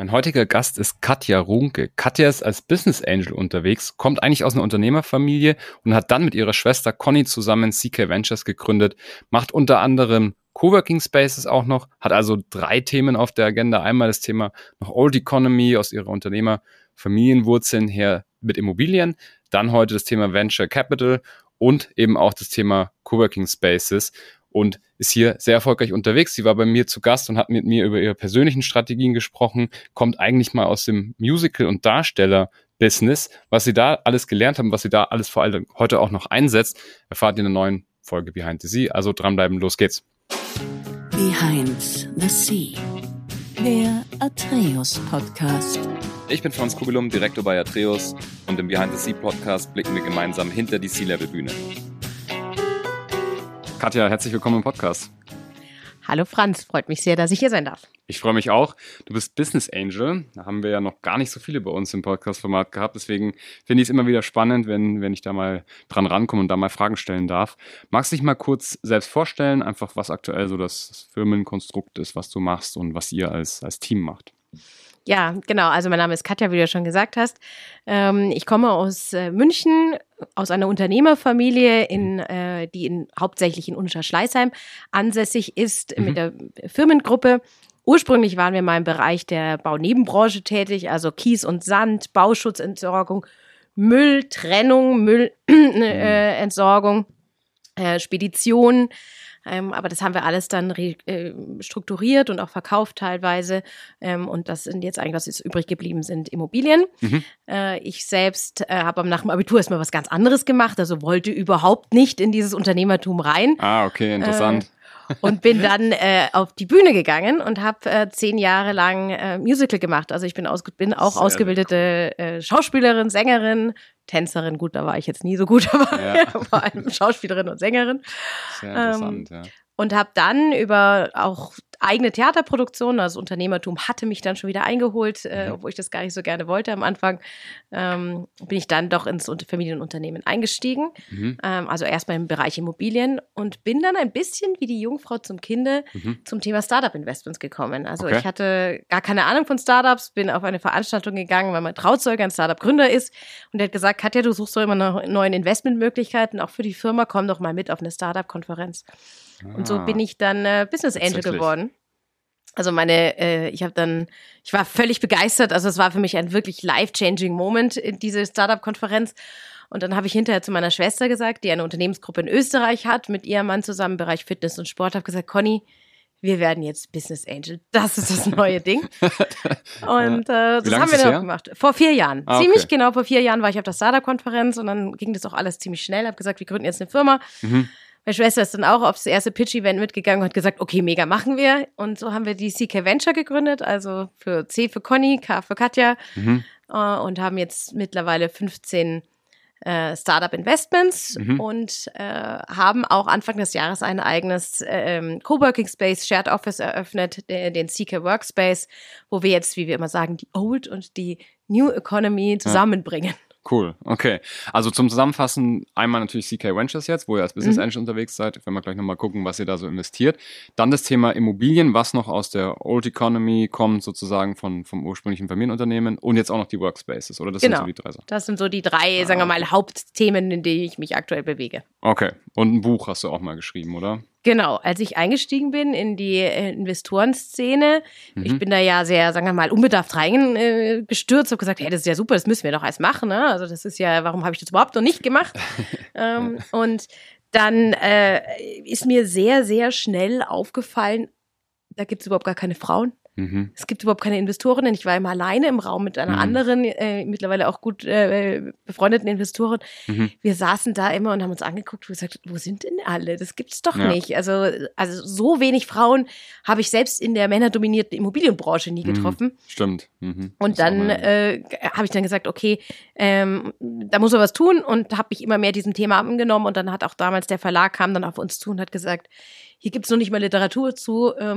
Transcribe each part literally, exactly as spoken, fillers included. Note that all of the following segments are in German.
Mein heutiger Gast ist Katja Runke. Katja ist als Business Angel unterwegs, kommt eigentlich aus einer Unternehmerfamilie und hat dann mit ihrer Schwester Conny zusammen C K Ventures gegründet, macht unter anderem Coworking Spaces auch noch, hat also drei Themen auf der Agenda. Einmal das Thema noch Old Economy aus ihrer Unternehmerfamilienwurzeln her mit Immobilien, dann heute das Thema Venture Capital und eben auch das Thema Coworking Spaces. Und ist hier sehr erfolgreich unterwegs. Sie war bei mir zu Gast und hat mit mir über ihre persönlichen Strategien gesprochen, kommt eigentlich mal aus dem Musical- und Darsteller-Business. Was sie da alles gelernt haben, was sie da alles vor allem heute auch noch einsetzt, erfahrt ihr in einer neuen Folge Behind the Sea. Also dranbleiben, los geht's. Behind the Sea, der Atreus Podcast. Ich bin Franz Kugelum, Direktor bei Atreus, und im Behind the Sea Podcast blicken wir gemeinsam hinter die Sea-Level-Bühne. Katja, herzlich willkommen im Podcast. Hallo Franz, freut mich sehr, dass ich hier sein darf. Ich freue mich auch. Du bist Business Angel. Da haben wir ja noch gar nicht so viele bei uns im Podcast-Format gehabt. Deswegen finde ich es immer wieder spannend, wenn, wenn ich da mal dran rankomme und da mal Fragen stellen darf. Magst du dich mal kurz selbst vorstellen, einfach was aktuell so das Firmenkonstrukt ist, was du machst und was ihr als, als Team macht? Ja, genau. Also mein Name ist Katja, wie du ja schon gesagt hast. Ähm, ich komme aus äh, München, aus einer Unternehmerfamilie, in, äh, die in, hauptsächlich in Unterschleißheim ansässig ist, mhm. mit der Firmengruppe. Ursprünglich waren wir mal im Bereich der Baunebenbranche tätig, also Kies und Sand, Bauschutzentsorgung, Mülltrennung, Müllentsorgung, äh, äh, Spedition. Ähm, aber das haben wir alles dann re- äh, strukturiert und auch verkauft teilweise. Ähm, und das sind jetzt eigentlich, was jetzt übrig geblieben sind, Immobilien. Mhm. Äh, ich selbst äh, habe nach dem Abitur erstmal was ganz anderes gemacht, also wollte überhaupt nicht in dieses Unternehmertum rein. Ah, okay, interessant. Äh, und bin dann äh, auf die Bühne gegangen und habe äh, zehn Jahre lang äh, Musical gemacht. Also ich bin, aus, bin auch sehr, ausgebildete cool. äh, Schauspielerin, Sängerin, Tänzerin. Gut, da war ich jetzt nie so gut, aber ja. Ja, vor allem Schauspielerin und Sängerin. Sehr interessant, ähm, ja. Und habe dann über auch eigene Theaterproduktionen, also Unternehmertum hatte mich dann schon wieder eingeholt, äh, obwohl ich das gar nicht so gerne wollte am Anfang, ähm, bin ich dann doch ins Familienunternehmen eingestiegen. Mhm. Ähm, also erstmal im Bereich Immobilien und bin dann ein bisschen wie die Jungfrau zum Kinde mhm. zum Thema Startup-Investments gekommen. Also okay. Ich hatte gar keine Ahnung von Startups, bin auf eine Veranstaltung gegangen, weil mein Trauzeuge ein Startup-Gründer ist und der hat gesagt, Katja, du suchst doch immer nach neuen Investmentmöglichkeiten, auch für die Firma, komm doch mal mit auf eine Startup-Konferenz. Ah, und so bin ich dann äh, Business Angel geworden. Also meine, äh, ich habe dann, ich war völlig begeistert. Also es war für mich ein wirklich life-changing Moment in diese Startup-Konferenz. Und dann habe ich hinterher zu meiner Schwester gesagt, die eine Unternehmensgruppe in Österreich hat, mit ihrem Mann zusammen im Bereich Fitness und Sport, habe gesagt, Conny, wir werden jetzt Business Angel. Das ist das neue Ding. Und äh, das haben wir dann auch gemacht. Vor vier Jahren. Ah, okay. Ziemlich genau vor vier Jahren war ich auf der Startup-Konferenz und dann ging das auch alles ziemlich schnell. Habe gesagt, wir gründen jetzt eine Firma. Mhm. Meine Schwester ist dann auch aufs erste Pitch-Event mitgegangen und hat gesagt, okay, mega, machen wir. Und so haben wir die C K Venture gegründet, also für C für Conny, K für Katja. Mhm. Äh, und haben jetzt mittlerweile fünfzehn äh, Startup-Investments mhm. und äh, haben auch Anfang des Jahres ein eigenes äh, Coworking Space, Shared Office eröffnet, den C K Workspace, wo wir jetzt, wie wir immer sagen, die Old und die New Economy zusammenbringen. Ja. Cool, okay. Also zum Zusammenfassen einmal natürlich C K Ventures jetzt, wo ihr als Business Angel mhm. unterwegs seid. Wenn wir gleich nochmal gucken, was ihr da so investiert. Dann das Thema Immobilien, was noch aus der Old Economy kommt, sozusagen von, vom ursprünglichen Familienunternehmen. Und jetzt auch noch die Workspaces, oder? Das genau. sind so die drei Sachen. Das sind so die drei, ah, sagen wir mal, okay. Hauptthemen, in denen ich mich aktuell bewege. Okay. Und ein Buch hast du auch mal geschrieben, oder? Genau, als ich eingestiegen bin in die äh, Investorenszene, mhm. ich bin da ja sehr, sagen wir mal, unbedarft reingestürzt, äh, habe gesagt, hey, das ist ja super, das müssen wir doch erst machen, ne? Also das ist ja, warum habe ich das überhaupt noch nicht gemacht? ähm, und dann äh, ist mir sehr, sehr schnell aufgefallen, da gibt es überhaupt gar keine Frauen. Mhm. Es gibt überhaupt keine Investorinnen. Ich war immer alleine im Raum mit einer mhm. anderen, äh, mittlerweile auch gut äh, befreundeten Investorin. Mhm. Wir saßen da immer und haben uns angeguckt und gesagt, wo sind denn alle? Das gibt's doch ja. nicht. Also, also so wenig Frauen habe ich selbst in der männerdominierten Immobilienbranche nie getroffen. Mhm. Stimmt. Mhm. Und dann äh, habe ich dann gesagt, okay, ähm, da muss er was tun und habe mich immer mehr diesem Thema angenommen. Und dann hat auch damals der Verlag kam dann auf uns zu und hat gesagt, hier gibt's noch nicht mal Literatur zu, ähm,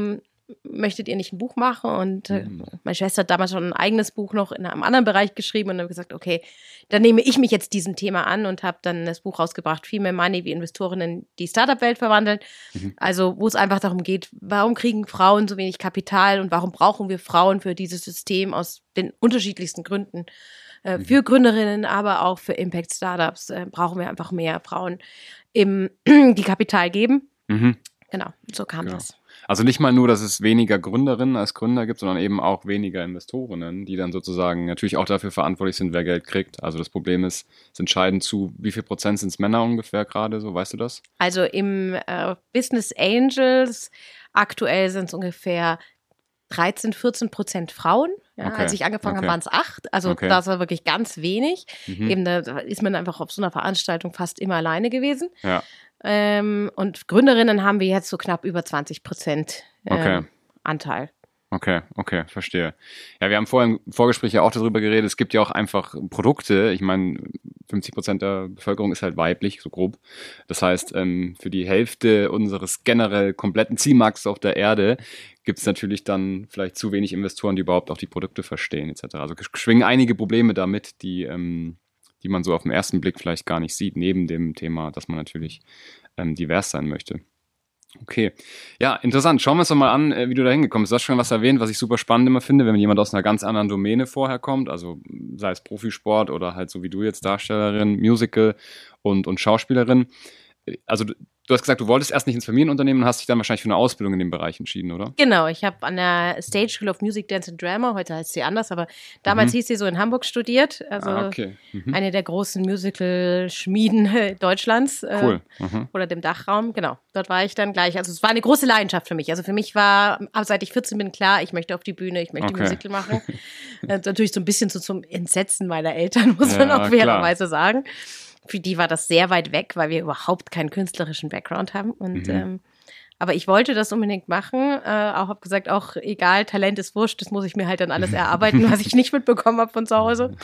möchtet ihr nicht ein Buch machen? Und äh, Mhm. meine Schwester hat damals schon ein eigenes Buch noch in einem anderen Bereich geschrieben und habe gesagt, okay, dann nehme ich mich jetzt diesem Thema an und habe dann das Buch rausgebracht, Female Money, wie Investorinnen die Startup-Welt verwandeln. Mhm. Also wo es einfach darum geht, warum kriegen Frauen so wenig Kapital und warum brauchen wir Frauen für dieses System aus den unterschiedlichsten Gründen. Äh, für Gründerinnen, aber auch für Impact-Startups äh, brauchen wir einfach mehr Frauen, im, die Kapital geben. Mhm. Genau, so kam Genau. das. Also nicht mal nur, dass es weniger Gründerinnen als Gründer gibt, sondern eben auch weniger Investorinnen, die dann sozusagen natürlich auch dafür verantwortlich sind, wer Geld kriegt. Also das Problem ist, es entscheiden zu, wie viel Prozent sind es Männer ungefähr gerade, so weißt du das? Also im äh, Business Angels aktuell sind es ungefähr dreizehn, vierzehn Prozent Frauen. Ja, Okay. Als ich angefangen Okay. habe, waren es acht. Also Okay. das war wirklich ganz wenig. Mhm. Eben da da ist man einfach auf so einer Veranstaltung fast immer alleine gewesen. Ja, Ähm, und Gründerinnen haben wir jetzt so knapp über zwanzig Prozent ähm, Okay. Anteil. okay, okay, verstehe. Ja, wir haben vorhin im Vorgespräch ja auch darüber geredet, es gibt ja auch einfach Produkte, ich meine, fünfzig Prozent der Bevölkerung ist halt weiblich, so grob. Das heißt, ähm, für die Hälfte unseres generell kompletten Zielmarkts auf der Erde gibt es natürlich dann vielleicht zu wenig Investoren, die überhaupt auch die Produkte verstehen, et cetera. Also schwingen einige Probleme damit, die, ähm, die man so auf den ersten Blick vielleicht gar nicht sieht, neben dem Thema, dass man natürlich ähm, divers sein möchte. Okay, ja, interessant. Schauen wir uns doch mal an, äh, wie du da hingekommen bist. Du hast schon was erwähnt, was ich super spannend immer finde, wenn jemand aus einer ganz anderen Domäne vorher kommt, also sei es Profisport oder halt so wie du jetzt Darstellerin, Musical und, und Schauspielerin. Also du, du hast gesagt, du wolltest erst nicht ins Familienunternehmen und hast dich dann wahrscheinlich für eine Ausbildung in dem Bereich entschieden, oder? Genau, ich habe an der Stage School of Music, Dance and Drama, heute heißt sie anders, aber damals Mhm. hieß sie so in Hamburg studiert. Also Ah, okay. Mhm. eine der großen Musical-Schmieden äh, Deutschlands. Äh, Cool. Mhm. Oder dem Dachraum, genau. Dort war ich dann gleich. Also es war eine große Leidenschaft für mich. Also für mich war, ab seit ich vierzehn bin, klar, ich möchte auf die Bühne, ich möchte Okay. Musical machen. äh, natürlich so ein bisschen so zum Entsetzen meiner Eltern, muss man Ja, auch klar. fairerweise sagen. Für die war das sehr weit weg, weil wir überhaupt keinen künstlerischen Background haben. Und Mhm. ähm, aber ich wollte das unbedingt machen. Äh, auch habe gesagt, auch egal, Talent ist wurscht, das muss ich mir halt dann alles erarbeiten, was ich nicht mitbekommen habe von zu Hause.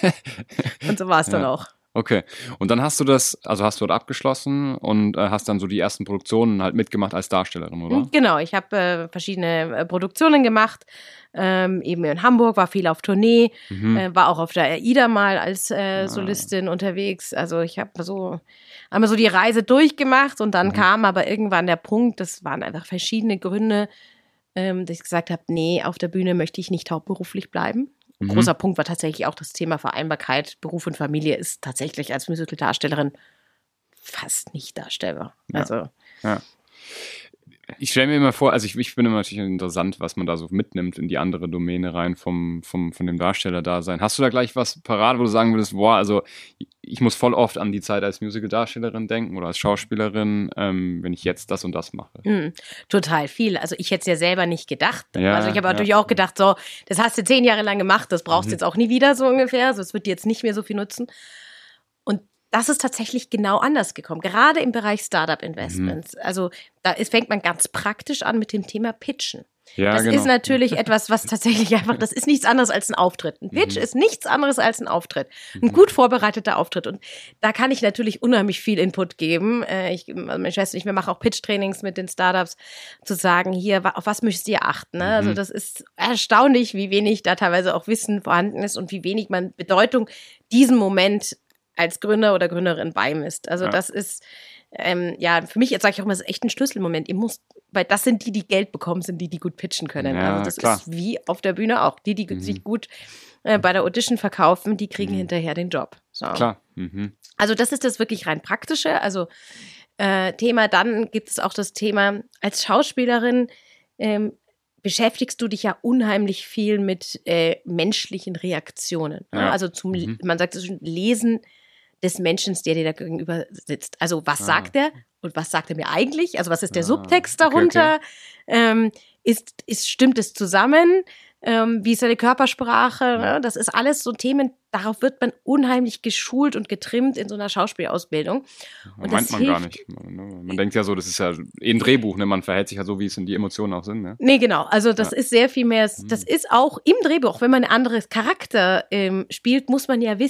Und so war es dann Ja. auch. Okay. Und dann hast du das, also hast du dort abgeschlossen und äh, hast dann so die ersten Produktionen halt mitgemacht als Darstellerin, oder? Genau, ich habe äh, verschiedene äh, Produktionen gemacht, ähm, eben in Hamburg, war viel auf Tournee, Mhm. äh, war auch auf der AIDA mal als äh, Ah. Solistin unterwegs. Also ich habe so einmal so die Reise durchgemacht und dann Mhm. kam aber irgendwann der Punkt, das waren einfach verschiedene Gründe, ähm, dass ich gesagt habe, nee, auf der Bühne möchte ich nicht hauptberuflich bleiben. Ein Mhm. großer Punkt war tatsächlich auch das Thema Vereinbarkeit. Beruf und Familie ist tatsächlich als Musical-Darstellerin fast nicht darstellbar. Ja. Also Ich stelle mir immer vor, also ich, ich finde immer natürlich interessant, was man da so mitnimmt in die andere Domäne rein vom, vom, von dem Darsteller-Dasein. Hast du da gleich was parat, wo du sagen würdest, boah, also ich muss voll oft an die Zeit als Musical-Darstellerin denken oder als Schauspielerin, ähm, wenn ich jetzt das und das mache? Mm, total viel. Also ich hätte es ja selber nicht gedacht. Ja, also ich habe ja. natürlich auch gedacht, so, das hast du zehn Jahre lang gemacht, das brauchst du Mhm. jetzt auch nie wieder so ungefähr. Also es wird dir jetzt nicht mehr so viel nutzen. Und das ist tatsächlich genau anders gekommen, gerade im Bereich Startup-Investments. Mhm. Also da ist, fängt man ganz praktisch an mit dem Thema Pitchen. Ja, das genau. ist natürlich etwas, was tatsächlich einfach, das ist nichts anderes als ein Auftritt. Ein Pitch Mhm. ist nichts anderes als ein Auftritt. Ein Mhm. gut vorbereiteter Auftritt. Und da kann ich natürlich unheimlich viel Input geben. Äh, Ich, also meine Schwester und ich, wir machen auch Pitch-Trainings mit den Startups, zu sagen, hier, wa- auf was müsst ihr achten? Ne? Also Mhm. das ist erstaunlich, wie wenig da teilweise auch Wissen vorhanden ist und wie wenig man Bedeutung diesem Moment als Gründer oder Gründerin beimisst. Also Ja. das ist, ähm, ja, für mich, jetzt sage ich auch mal, das ist echt ein Schlüsselmoment. Ihr müsst, weil das sind die, die Geld bekommen, sind die, die gut pitchen können. Ja, also das klar. ist wie auf der Bühne auch. Die, die Mhm. sich gut äh, bei der Audition verkaufen, die kriegen Mhm. hinterher den Job. So. Klar. Mhm. Also das ist das wirklich rein praktische. Also äh, Thema, dann gibt es auch das Thema, als Schauspielerin ähm, beschäftigst du dich ja unheimlich viel mit äh, menschlichen Reaktionen. Ne? Ja. Also zum, Mhm. man sagt es schon, Lesen des Menschen, der dir da gegenüber sitzt. Also was Ah. sagt er und was sagt er mir eigentlich? Also was ist der Ah, Subtext okay, darunter? Ähm, ist, ist, stimmt es zusammen? Ähm, wie ist seine Körpersprache? Ne? Das ist alles so Themen, darauf wird man unheimlich geschult und getrimmt in so einer Schauspielausbildung. Und Meint das man gar hilft- nicht. Man, man denkt ja so, das ist ja eh ein Drehbuch, ne? Man verhält sich ja so, wie es in die Emotionen auch sind. Ne? Nee, genau. Also das Ja. ist sehr viel mehr, das Mhm. ist auch im Drehbuch, wenn man ein anderes Charakter ähm, spielt, muss man ja wissen,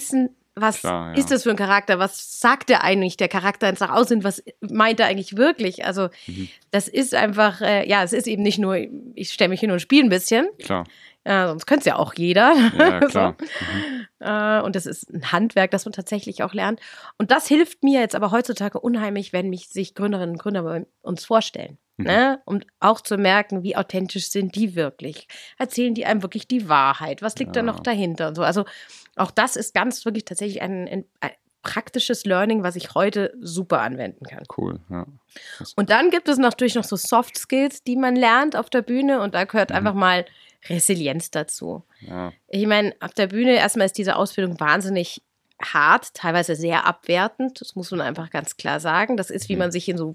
was Klar, ja. ist das für ein Charakter? Was sagt der eigentlich, der Charakter ins nach außen? Was meint er eigentlich wirklich? Also mhm. das ist einfach, äh, ja, es ist eben nicht nur, ich stelle mich hin und spiele ein bisschen. Klar. Äh, sonst könnte es ja auch jeder. Ja, klar. so. mhm. äh, und das ist ein Handwerk, das man tatsächlich auch lernt. Und das hilft mir jetzt aber heutzutage unheimlich, wenn mich sich Gründerinnen und Gründer bei uns vorstellen. Mhm. Ne? Um auch zu merken, wie authentisch sind die wirklich. Erzählen die einem wirklich die Wahrheit? Was liegt ja. da noch dahinter? Und so. Also auch das ist ganz wirklich tatsächlich ein, ein, ein praktisches Learning, was ich heute super anwenden kann. Cool, ja. Und dann gibt es natürlich noch so Soft Skills, die man lernt auf der Bühne. Und da gehört mhm. einfach mal Resilienz dazu. Ja. Ich meine, auf der Bühne erstmal ist diese Ausbildung wahnsinnig hart, teilweise sehr abwertend. Das muss man einfach ganz klar sagen. Das ist, wie man sich in so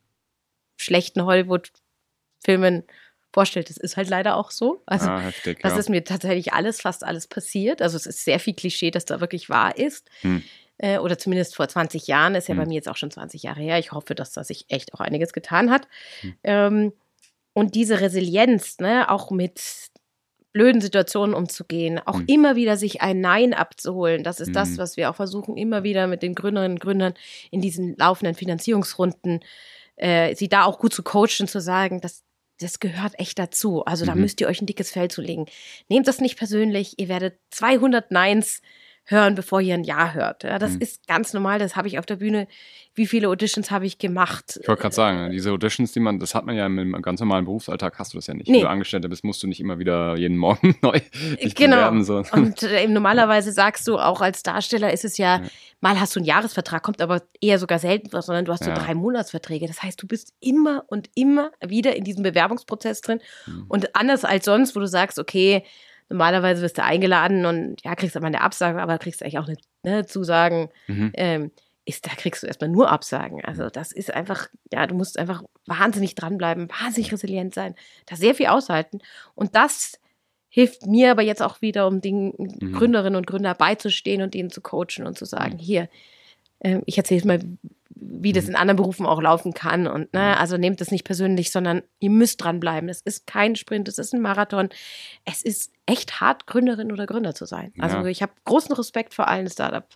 schlechten Hollywood-Filmen vorstellt. Das ist halt leider auch so. Also ah, heftig, das ja. ist mir tatsächlich alles, fast alles passiert. Also es ist sehr viel Klischee, dass da wirklich wahr ist. Hm. Äh, oder zumindest vor zwanzig Jahren. Ist ja hm. bei mir jetzt auch schon zwanzig Jahre her. Ich hoffe, dass da sich echt auch einiges getan hat. Hm. Ähm, und diese Resilienz, ne, auch mit blöden Situationen umzugehen, auch hm. immer wieder sich ein Nein abzuholen. Das ist hm. das, was wir auch versuchen, immer wieder mit den Gründerinnen und Gründern in diesen laufenden Finanzierungsrunden, äh, sie da auch gut zu coachen, zu sagen, dass das gehört echt dazu. Also da mhm. müsst ihr euch ein dickes Fell zulegen. Nehmt das nicht persönlich. Ihr werdet zweihundert Neins hören, bevor ihr ein Ja hört. Ja, das mhm. ist ganz normal. Das habe ich auf der Bühne. Wie viele Auditions habe ich gemacht? Ich wollte gerade sagen, diese Auditions, die man, das hat man ja im ganz normalen Berufsalltag, hast du das ja nicht. Nee. Wenn du Angestellter bist, musst du nicht immer wieder jeden Morgen neu dich genau. bewerben. So. Und äh, normalerweise sagst du, auch als Darsteller ist es ja, ja, mal hast du einen Jahresvertrag, kommt aber eher sogar selten was, sondern du hast so ja. drei Monatsverträge. Das heißt, du bist immer und immer wieder in diesem Bewerbungsprozess drin. Mhm. Und anders als sonst, wo du sagst, okay, normalerweise wirst du eingeladen und ja, kriegst aber eine Absage, aber kriegst eigentlich auch eine ne, Zusagen. Mhm. Ähm, ist, da kriegst du erstmal nur Absagen. Also das ist einfach, ja, du musst einfach wahnsinnig dranbleiben, wahnsinnig resilient sein, da sehr viel aushalten. Und das hilft mir aber jetzt auch wieder, um den mhm. Gründerinnen und Gründern beizustehen und denen zu coachen und zu sagen, mhm. hier, äh, ich erzähle mal, wie das in anderen Berufen auch laufen kann. Und ne, also nehmt das nicht persönlich, sondern ihr müsst dranbleiben. Es ist kein Sprint, es ist ein Marathon. Es ist echt hart, Gründerin oder Gründer zu sein. Also ja. ich habe großen Respekt vor allen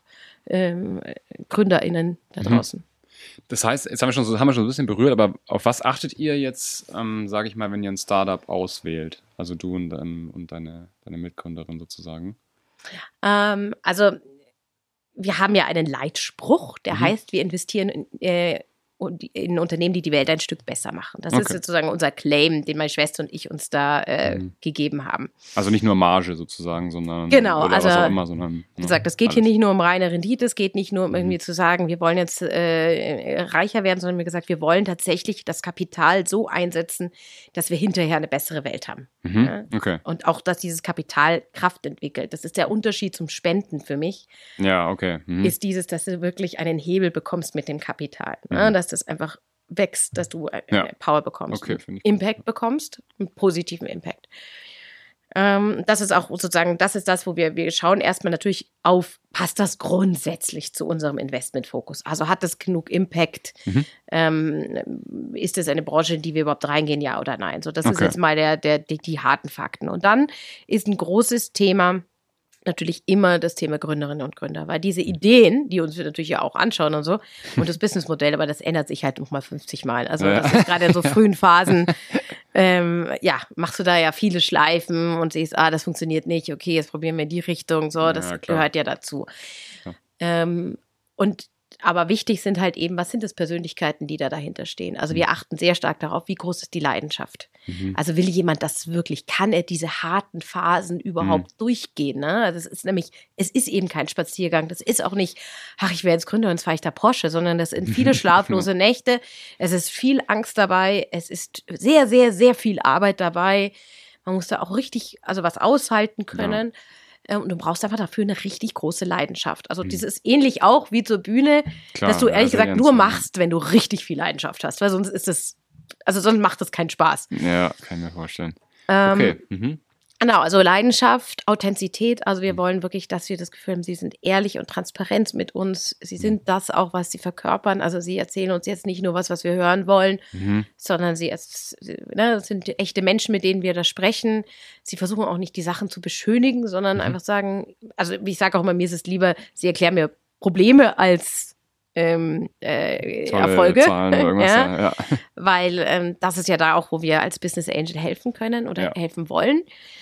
Startup-GründerInnen ähm, da draußen. Mhm. Das heißt, jetzt haben wir, schon so, haben wir schon ein bisschen berührt, aber auf was achtet ihr jetzt, ähm, sage ich mal, wenn ihr ein Startup auswählt? Also du und, ähm, und deine, deine Mitgründerin sozusagen. Ähm, also wir haben ja einen Leitspruch, der mhm. heißt, wir investieren in, äh, in Unternehmen, die die Welt ein Stück besser machen. Das okay. ist sozusagen unser Claim, den meine Schwester und ich uns da äh, mhm. gegeben haben. Also nicht nur Marge sozusagen, sondern genau, oder also, was auch immer, sondern wie gesagt, es geht alles. Hier nicht nur um reine Rendite, es geht nicht nur um mhm. irgendwie zu sagen, wir wollen jetzt äh, reicher werden, sondern wie gesagt, wir wollen tatsächlich das Kapital so einsetzen, dass wir hinterher eine bessere Welt haben. Mhm. Ja? Okay. Und auch, dass dieses Kapital Kraft entwickelt. Das ist der Unterschied zum Spenden für mich. Ja, okay. Mhm. Ist dieses, dass du wirklich einen Hebel bekommst mit dem Kapital. Mhm. Ne? Dass das einfach wächst, dass du ja. Power bekommst, okay, Impact gut. bekommst, einen positiven Impact. Ähm, das ist auch sozusagen, das ist das, wo wir, wir schauen erstmal natürlich auf, passt das grundsätzlich zu unserem Investmentfokus? Also hat das genug Impact? Mhm. Ähm, ist das eine Branche, in die wir überhaupt reingehen, ja oder nein? So, das okay. ist jetzt mal der, der, die, die harten Fakten. Und dann ist ein großes Thema natürlich immer das Thema Gründerinnen und Gründer, weil diese Ideen, die uns wir natürlich ja auch anschauen und so, und das Businessmodell, aber das ändert sich halt nochmal fünfzig Mal. Also ja. das ist gerade in so frühen Phasen, ähm, ja, machst du da ja viele Schleifen und siehst, ah, das funktioniert nicht, okay, jetzt probieren wir in die Richtung, so, das ja, gehört ja dazu. Ja. Ähm, und aber wichtig sind halt eben, was sind das Persönlichkeiten, die da dahinter stehen? Also wir achten sehr stark darauf, wie groß ist die Leidenschaft. Mhm. Also will jemand das wirklich, kann er diese harten Phasen überhaupt mhm. durchgehen? Ne? Also es ist nämlich, es ist eben kein Spaziergang. Das ist auch nicht, ach, ich werde jetzt Gründer und jetzt fahre ich da Porsche, sondern das sind viele schlaflose Nächte. Es ist viel Angst dabei. Es ist sehr, sehr, sehr viel Arbeit dabei. Man muss da auch richtig, also was aushalten können. Ja. Und du brauchst einfach dafür eine richtig große Leidenschaft. Also das ist ähnlich auch wie zur Bühne, Klar, dass du ehrlich ja, gesagt nur machst, wenn du richtig viel Leidenschaft hast. Weil sonst ist es, also sonst macht das keinen Spaß. Ja, kann ich mir vorstellen. Ähm, okay. Mhm. Genau, also Leidenschaft, Authentizität. Also wir wollen wirklich, dass wir das Gefühl haben, sie sind ehrlich und transparent mit uns. Sie sind das auch, was sie verkörpern. Also sie erzählen uns jetzt nicht nur was, was wir hören wollen, mhm. sondern sie es, ne, sind echte Menschen, mit denen wir da sprechen. Sie versuchen auch nicht, die Sachen zu beschönigen, sondern mhm. einfach sagen, also ich sage auch immer, mir ist es lieber, sie erklären mir Probleme als Ähm, äh, Erfolge, Zahlen oder irgendwas, ja, ja, ja. weil ähm, das ist ja da auch, wo wir als Business Angel helfen können oder ja. helfen wollen.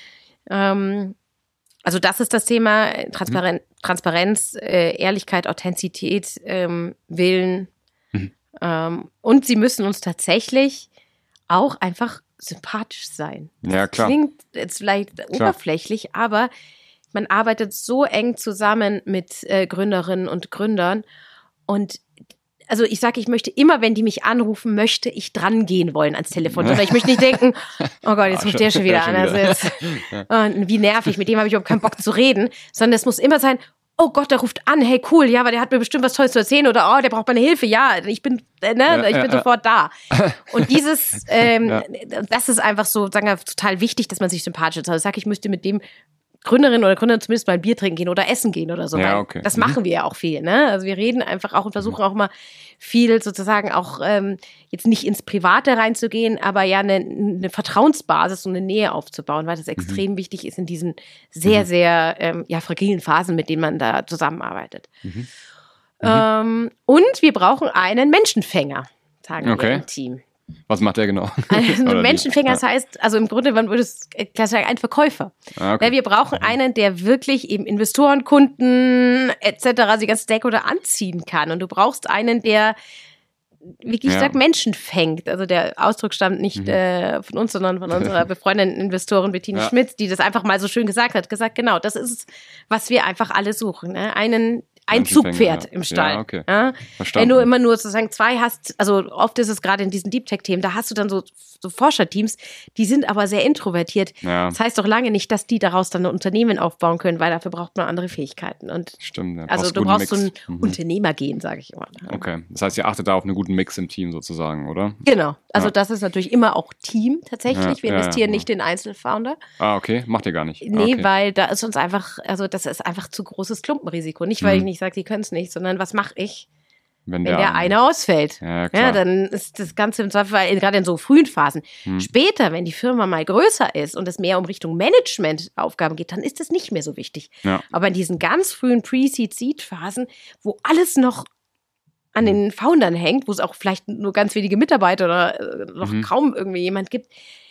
Ähm, also das ist das Thema Transparen- mhm. Transparenz, äh, Ehrlichkeit, Authentizität, ähm, Willen mhm. ähm, und sie müssen uns tatsächlich auch einfach sympathisch sein. Ja, klar. Das klingt jetzt vielleicht klar. oberflächlich, aber man arbeitet so eng zusammen mit äh, Gründerinnen und Gründern. Und also ich sage, ich möchte immer, wenn die mich anrufen, möchte ich dran gehen wollen ans Telefon. Oder ich möchte nicht denken, oh Gott, jetzt ruft der schon wieder an. Also jetzt, oh, wie nervig, mit dem habe ich überhaupt keinen Bock zu reden. Sondern es muss immer sein, oh Gott, der ruft an, hey cool, ja, aber der hat mir bestimmt was Tolles zu erzählen. Oder oh, der braucht meine Hilfe, ja, ich bin, äh, ne, ja, ich bin ja, sofort ja. da. Und dieses, ähm, ja. das ist einfach so, sagen wir, total wichtig, dass man sich sympathisch ist. Also ich sage, ich müsste mit dem Gründerin oder Gründer zumindest mal ein Bier trinken gehen oder essen gehen oder so. Ja, okay. Das machen wir ja auch viel, ne? Also wir reden einfach auch und versuchen auch mal viel sozusagen auch ähm, jetzt nicht ins Private reinzugehen, aber ja eine, eine Vertrauensbasis und eine Nähe aufzubauen, weil das extrem mhm. wichtig ist in diesen sehr, mhm. sehr ähm, ja, fragilen Phasen, mit denen man da zusammenarbeitet. Mhm. Mhm. Ähm, und wir brauchen einen Menschenfänger, sagen okay. wir im Team. Was macht der genau? Also ein Menschenfänger, das heißt, also im Grunde, man würde es klar sagen, ein Verkäufer. Ah, okay. Weil wir brauchen einen, der wirklich eben Investoren, Kunden et cetera, die ganzen Stakeholder anziehen kann. Und du brauchst einen, der, wie ich ja. sag, Menschen fängt. Also der Ausdruck stammt nicht mhm. äh, von uns, sondern von unserer befreundeten Investorin Bettine ja. Schmitz, die das einfach mal so schön gesagt hat. Gesagt, genau, das ist es, was wir einfach alle suchen. Ne? Einen Ein Zugpferd ja. im Stall. Ja, okay. Ja? Wenn du immer nur sozusagen zwei hast, also oft ist es gerade in diesen Deep Tech-Themen, da hast du dann so, so Forscherteams, die sind aber sehr introvertiert. Ja. Das heißt doch lange nicht, dass die daraus dann ein Unternehmen aufbauen können, weil dafür braucht man andere Fähigkeiten. Und Stimmt. Ja. Also du brauchst so ein mhm. Unternehmergehen, sage ich immer. Okay. Das heißt, ihr achtet da auf einen guten Mix im Team sozusagen, oder? Genau. Also ja. das ist natürlich immer auch Team tatsächlich. Ja, Wir investieren ja, ja. nicht in Einzelfounder. Ah, okay. Macht ihr gar nicht? Nee, okay. weil da ist uns einfach, also das ist einfach zu großes Klumpenrisiko. Nicht, weil mhm. ich nicht sage, die können es nicht, sondern was mache ich, wenn der, wenn der eine ausfällt? Ja, klar. Ja, dann ist das Ganze im Zweifel, gerade in so frühen Phasen. Hm. Später, wenn die Firma mal größer ist und es mehr um Richtung Management-Aufgaben geht, dann ist das nicht mehr so wichtig. Ja. Aber in diesen ganz frühen Pre-Seed-Seed-Phasen, wo alles noch an hm. den Foundern hängt, wo es auch vielleicht nur ganz wenige Mitarbeiter oder äh, noch mhm. kaum irgendwie jemand gibt,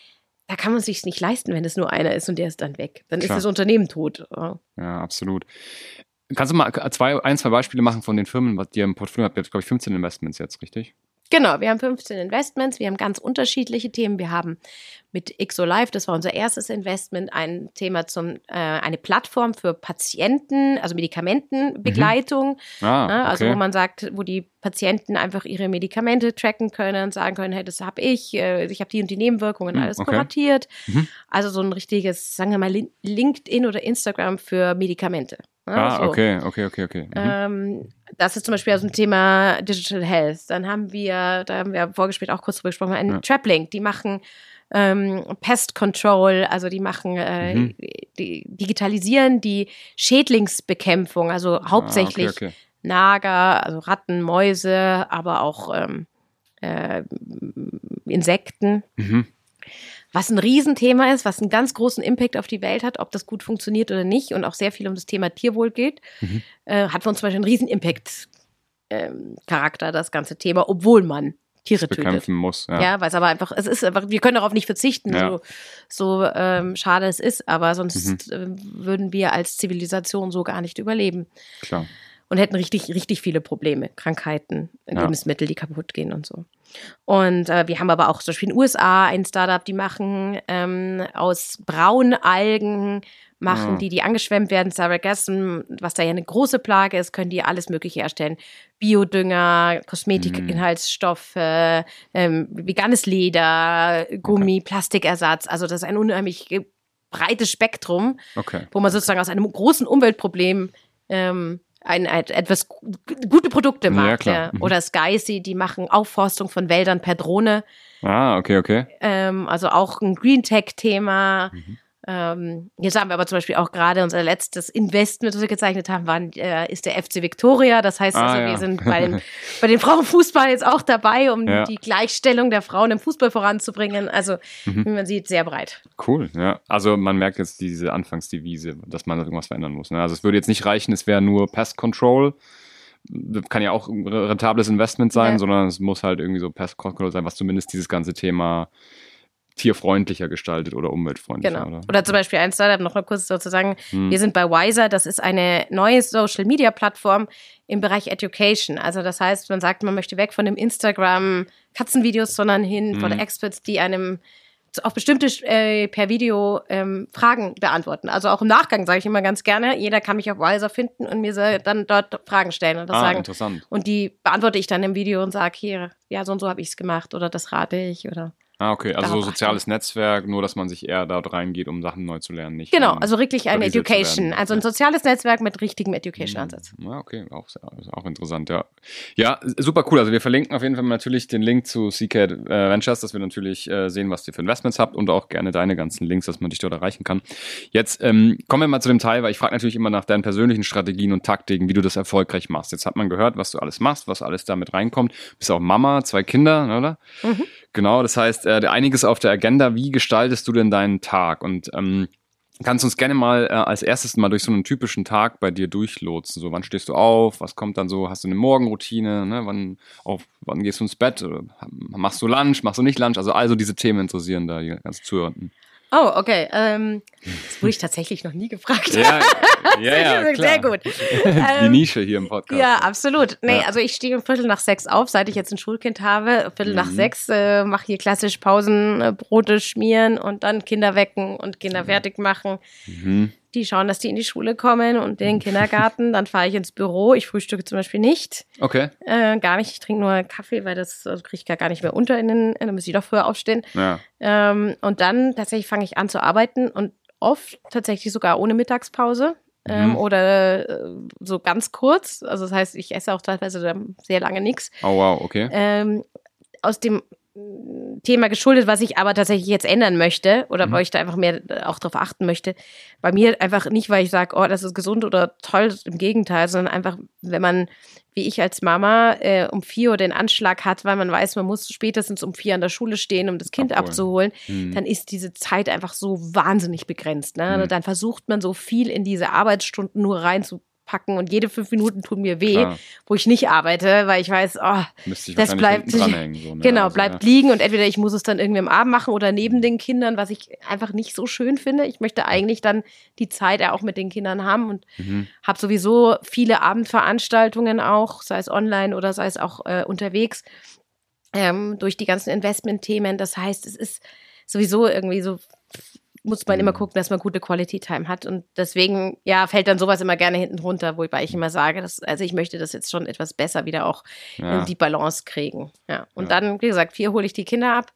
da kann man es sich nicht leisten, wenn es nur einer ist und der ist dann weg. Dann Klar. ist das Unternehmen tot. Ja, ja absolut. Kannst du mal zwei, ein, zwei Beispiele machen von den Firmen, was ihr im Portfolio habt? Ihr habt, glaube ich, fünfzehn Investments jetzt, richtig? Genau, wir haben fünfzehn Investments, wir haben ganz unterschiedliche Themen. Wir haben mit XOLife, das war unser erstes Investment, ein Thema zum, äh, eine Plattform für Patienten, also Medikamentenbegleitung. Mhm. Ah, okay. Also wo man sagt, wo die Patienten einfach ihre Medikamente tracken können, sagen können, hey, das habe ich, äh, ich habe die und die Nebenwirkungen, alles okay. kuratiert. Mhm. Also so ein richtiges, sagen wir mal, LinkedIn oder Instagram für Medikamente. Ah, so. okay, okay, okay, okay. Mhm. Ähm, das ist zum Beispiel aus dem Thema Digital Health. Dann haben wir, da haben wir im Vorgespräch auch kurz drüber gesprochen, einen ja. TrapLink, die machen ähm, Pest Control, also die machen, äh, mhm. die digitalisieren die Schädlingsbekämpfung, also hauptsächlich ah, okay, okay. Nager, also Ratten, Mäuse, aber auch ähm, äh, Insekten. Mhm. Was ein Riesenthema ist, was einen ganz großen Impact auf die Welt hat, ob das gut funktioniert oder nicht und auch sehr viel um das Thema Tierwohl geht, mhm. äh, hat für uns zum Beispiel einen riesen Impact-Charakter, ähm, das ganze Thema, obwohl man Tiere tötet. Bekämpfen muss. Ja, ja weil es aber einfach, es ist einfach, wir können darauf nicht verzichten, ja. so, so ähm, schade es ist, aber sonst mhm. äh, würden wir als Zivilisation so gar nicht überleben. Klar. Und hätten richtig, richtig viele Probleme, Krankheiten, ja. Lebensmittel, die kaputt gehen und so. Und äh, wir haben aber auch zum Beispiel in den U S A ein Startup, die machen ähm, aus Braunalgen, machen ja. die, die angeschwemmt werden, Sargassum, was da ja eine große Plage ist, können die alles Mögliche herstellen. Biodünger, Kosmetikinhaltsstoffe, ähm, veganes Leder, Gummi, okay. Plastikersatz. Also das ist ein unheimlich breites Spektrum, okay. wo man sozusagen aus einem großen Umweltproblem ähm, Ein, ein, etwas gute Produkte macht. Ja, ja. Oder SkySea, die machen Aufforstung von Wäldern per Drohne. Ah, okay, okay. Ähm, also auch ein Green Tech-Thema. Mhm. Ähm, jetzt haben wir aber zum Beispiel auch gerade unser letztes Investment, das wir gezeichnet haben, waren, äh, ist der F C Viktoria. Das heißt, Ah, also, ja. wir sind bei den, bei den Frauenfußball jetzt auch dabei, um Ja. die Gleichstellung der Frauen im Fußball voranzubringen. Also, Mhm. wie man sieht, sehr breit. Cool, ja. Also man merkt jetzt diese Anfangsdevise, dass man irgendwas verändern muss. Ne? Also es würde jetzt nicht reichen, es wäre nur Pest Control. Das kann ja auch ein rentables Investment sein, Ja. sondern es muss halt irgendwie so Pest Control sein, was zumindest dieses ganze Thema tierfreundlicher gestaltet oder umweltfreundlicher. Genau. Oder, Oder zum Beispiel ein Startup, noch mal kurz dazu sagen, Hm. wir sind bei Wiser, das ist eine neue Social-Media-Plattform im Bereich Education. Also das heißt, man sagt, man möchte weg von dem Instagram-Katzenvideos, sondern hin Hm. von Experts, die einem auf bestimmte äh, per Video ähm, Fragen beantworten. Also auch im Nachgang sage ich immer ganz gerne, jeder kann mich auf Wiser finden und mir so dann dort Fragen stellen und das ah, sagen. interessant. Und die beantworte ich dann im Video und sage, hier, ja, so und so habe ich es gemacht oder das rate ich oder Ah, okay. Also so Darauf soziales Netzwerk, nur dass man sich eher dort reingeht, um Sachen neu zu lernen. Nicht genau, um also wirklich eine berieselt zu Education, werden. also ein soziales Netzwerk mit richtigem Education-Ansatz. Ja, okay, auch, sehr, ist auch interessant, ja. Ja, super cool. Also wir verlinken auf jeden Fall natürlich den Link zu C K äh, Ventures, dass wir natürlich äh, sehen, was ihr für Investments habt und auch gerne deine ganzen Links, dass man dich dort erreichen kann. Jetzt ähm, kommen wir mal zu dem Teil, weil ich frage natürlich immer nach deinen persönlichen Strategien und Taktiken, wie du das erfolgreich machst. Jetzt hat man gehört, was du alles machst, was alles damit reinkommt. Bist auch Mama, zwei Kinder, oder? Mhm. Genau, das heißt, äh, einiges auf der Agenda. Wie gestaltest du denn deinen Tag? Und ähm, kannst du uns gerne mal äh, als erstes mal durch so einen typischen Tag bei dir durchlotsen? So, wann stehst du auf? Was kommt dann so? Hast du eine Morgenroutine? Ne? Wann, auf, wann gehst du ins Bett? Oder machst du Lunch? Machst du nicht Lunch? Also, also diese Themen interessieren da die ganzen Zuhörenden. Oh, okay. Ähm, das wurde ich tatsächlich noch nie gefragt. Ja, ja, ja, klar. Sehr gut. Die Ähm, Nische hier im Podcast. Ja, absolut. Nee, Ja. also ich stehe um Viertel nach sechs auf, seit ich jetzt ein Schulkind habe. Viertel Mhm. nach sechs äh, mache hier klassisch Pausen, äh, Brote schmieren und dann Kinder wecken und Kinder fertig machen. Mhm. Die schauen, dass die in die Schule kommen und in den Kindergarten. Dann fahre ich ins Büro. Ich frühstücke zum Beispiel nicht. Okay. Äh, gar nicht. Ich trinke nur Kaffee, weil das also kriege ich gar nicht mehr unter in den, dann muss ich doch früher aufstehen. Ja. Ähm, und dann tatsächlich fange ich an zu arbeiten und oft tatsächlich sogar ohne Mittagspause. Ähm, Mhm. oder äh, so ganz kurz. Also das heißt, ich esse auch teilweise dann sehr lange nichts. Oh, wow, okay. Ähm, aus dem mm, Thema geschuldet, was ich aber tatsächlich jetzt ändern möchte oder Mhm. wo ich da einfach mehr äh, auch drauf achten möchte. Bei mir einfach nicht, weil ich sage, oh, das ist gesund oder toll, im Gegenteil, sondern einfach, wenn man, wie ich als Mama, äh, um vier Uhr den Anschlag hat, weil man weiß, man muss spätestens um vier an der Schule stehen, um das Kind Abholen. abzuholen, Mhm. dann ist diese Zeit einfach so wahnsinnig begrenzt. Ne? Mhm. Dann versucht man so viel in diese Arbeitsstunden nur reinzupacken und jede fünf Minuten tun mir weh, Klar. wo ich nicht arbeite, weil ich weiß, oh, Müsste ich das wahrscheinlich bleibt hinten dranhängen. So, ne? genau, Also, bleibt ja. liegen und entweder ich muss es dann irgendwie am Abend machen oder neben den Kindern, was ich einfach nicht so schön finde. Ich möchte eigentlich dann die Zeit ja auch mit den Kindern haben und Mhm. habe sowieso viele Abendveranstaltungen auch, sei es online oder sei es auch äh, unterwegs, ähm, durch die ganzen Investment-Themen. Das heißt, es ist sowieso irgendwie so, muss man immer gucken, dass man gute Quality Time hat. Und deswegen, ja, fällt dann sowas immer gerne hinten runter, wobei ich immer sage, dass, also ich möchte das jetzt schon etwas besser wieder auch Ja. in die Balance kriegen. Ja. Und Ja. dann, wie gesagt, vier hole ich die Kinder ab.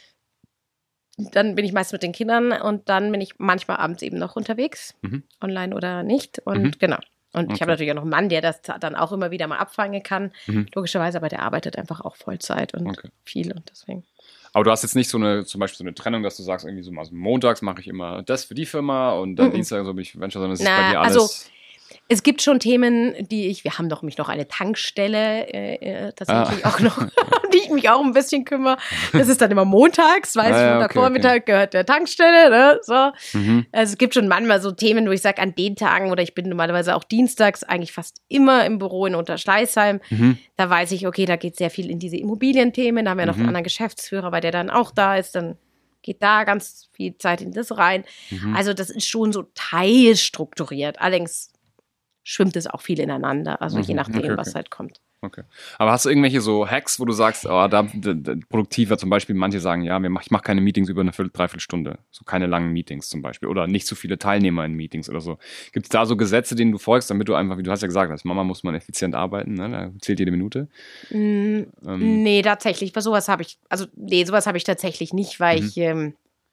Dann bin ich meist mit den Kindern und dann bin ich manchmal abends eben noch unterwegs, Mhm. online oder nicht. Und Mhm. genau. Und ich Okay. habe natürlich auch noch einen Mann, der das dann auch immer wieder mal abfangen kann. Mhm. Logischerweise, aber der arbeitet einfach auch Vollzeit und Okay. viel und deswegen. Aber du hast jetzt nicht so eine, zum Beispiel so eine Trennung, dass du sagst, irgendwie so, also montags mache ich immer das für die Firma und dann Mhm. Dienstag so bin ich Venture, sondern es ist Na, bei dir alles. also, Es gibt schon Themen, die ich, wir haben doch mich noch eine Tankstelle äh, äh, tatsächlich Ah. auch noch, um die ich mich auch ein bisschen kümmere. Das ist dann immer montags, weiß Ah, ich, ja, Montag okay, Vormittag okay. gehört der Tankstelle, ne, so. Mhm. Also es gibt schon manchmal so Themen, wo ich sage, an den Tagen oder ich bin normalerweise auch dienstags eigentlich fast immer im Büro in Unterschleißheim. Mhm. Da weiß ich, okay, da geht sehr viel in diese Immobilienthemen. Da haben wir noch Mhm. einen anderen Geschäftsführer, weil der dann auch da ist. Dann geht da ganz viel Zeit in das rein. Mhm. Also das ist schon so teilstrukturiert. Allerdings schwimmt es auch viel ineinander. Also je Mhm. nachdem, Okay, was okay. halt kommt. Okay. Aber hast du irgendwelche so Hacks, wo du sagst, oh, da, da, da produktiver zum Beispiel, manche sagen, ja, wir mach, ich mache keine Meetings über eine Viertel, Dreiviertelstunde. So keine langen Meetings zum Beispiel. Oder nicht zu viele Teilnehmer in Meetings oder so. Gibt es da so Gesetze, denen du folgst, damit du einfach, wie du hast ja gesagt, als Mama muss man effizient arbeiten, ne? Da zählt jede Minute. Mm, Ähm, Nee, tatsächlich. Bei sowas habe ich, also nee, sowas habe ich tatsächlich nicht, weil Mhm. ich ähm,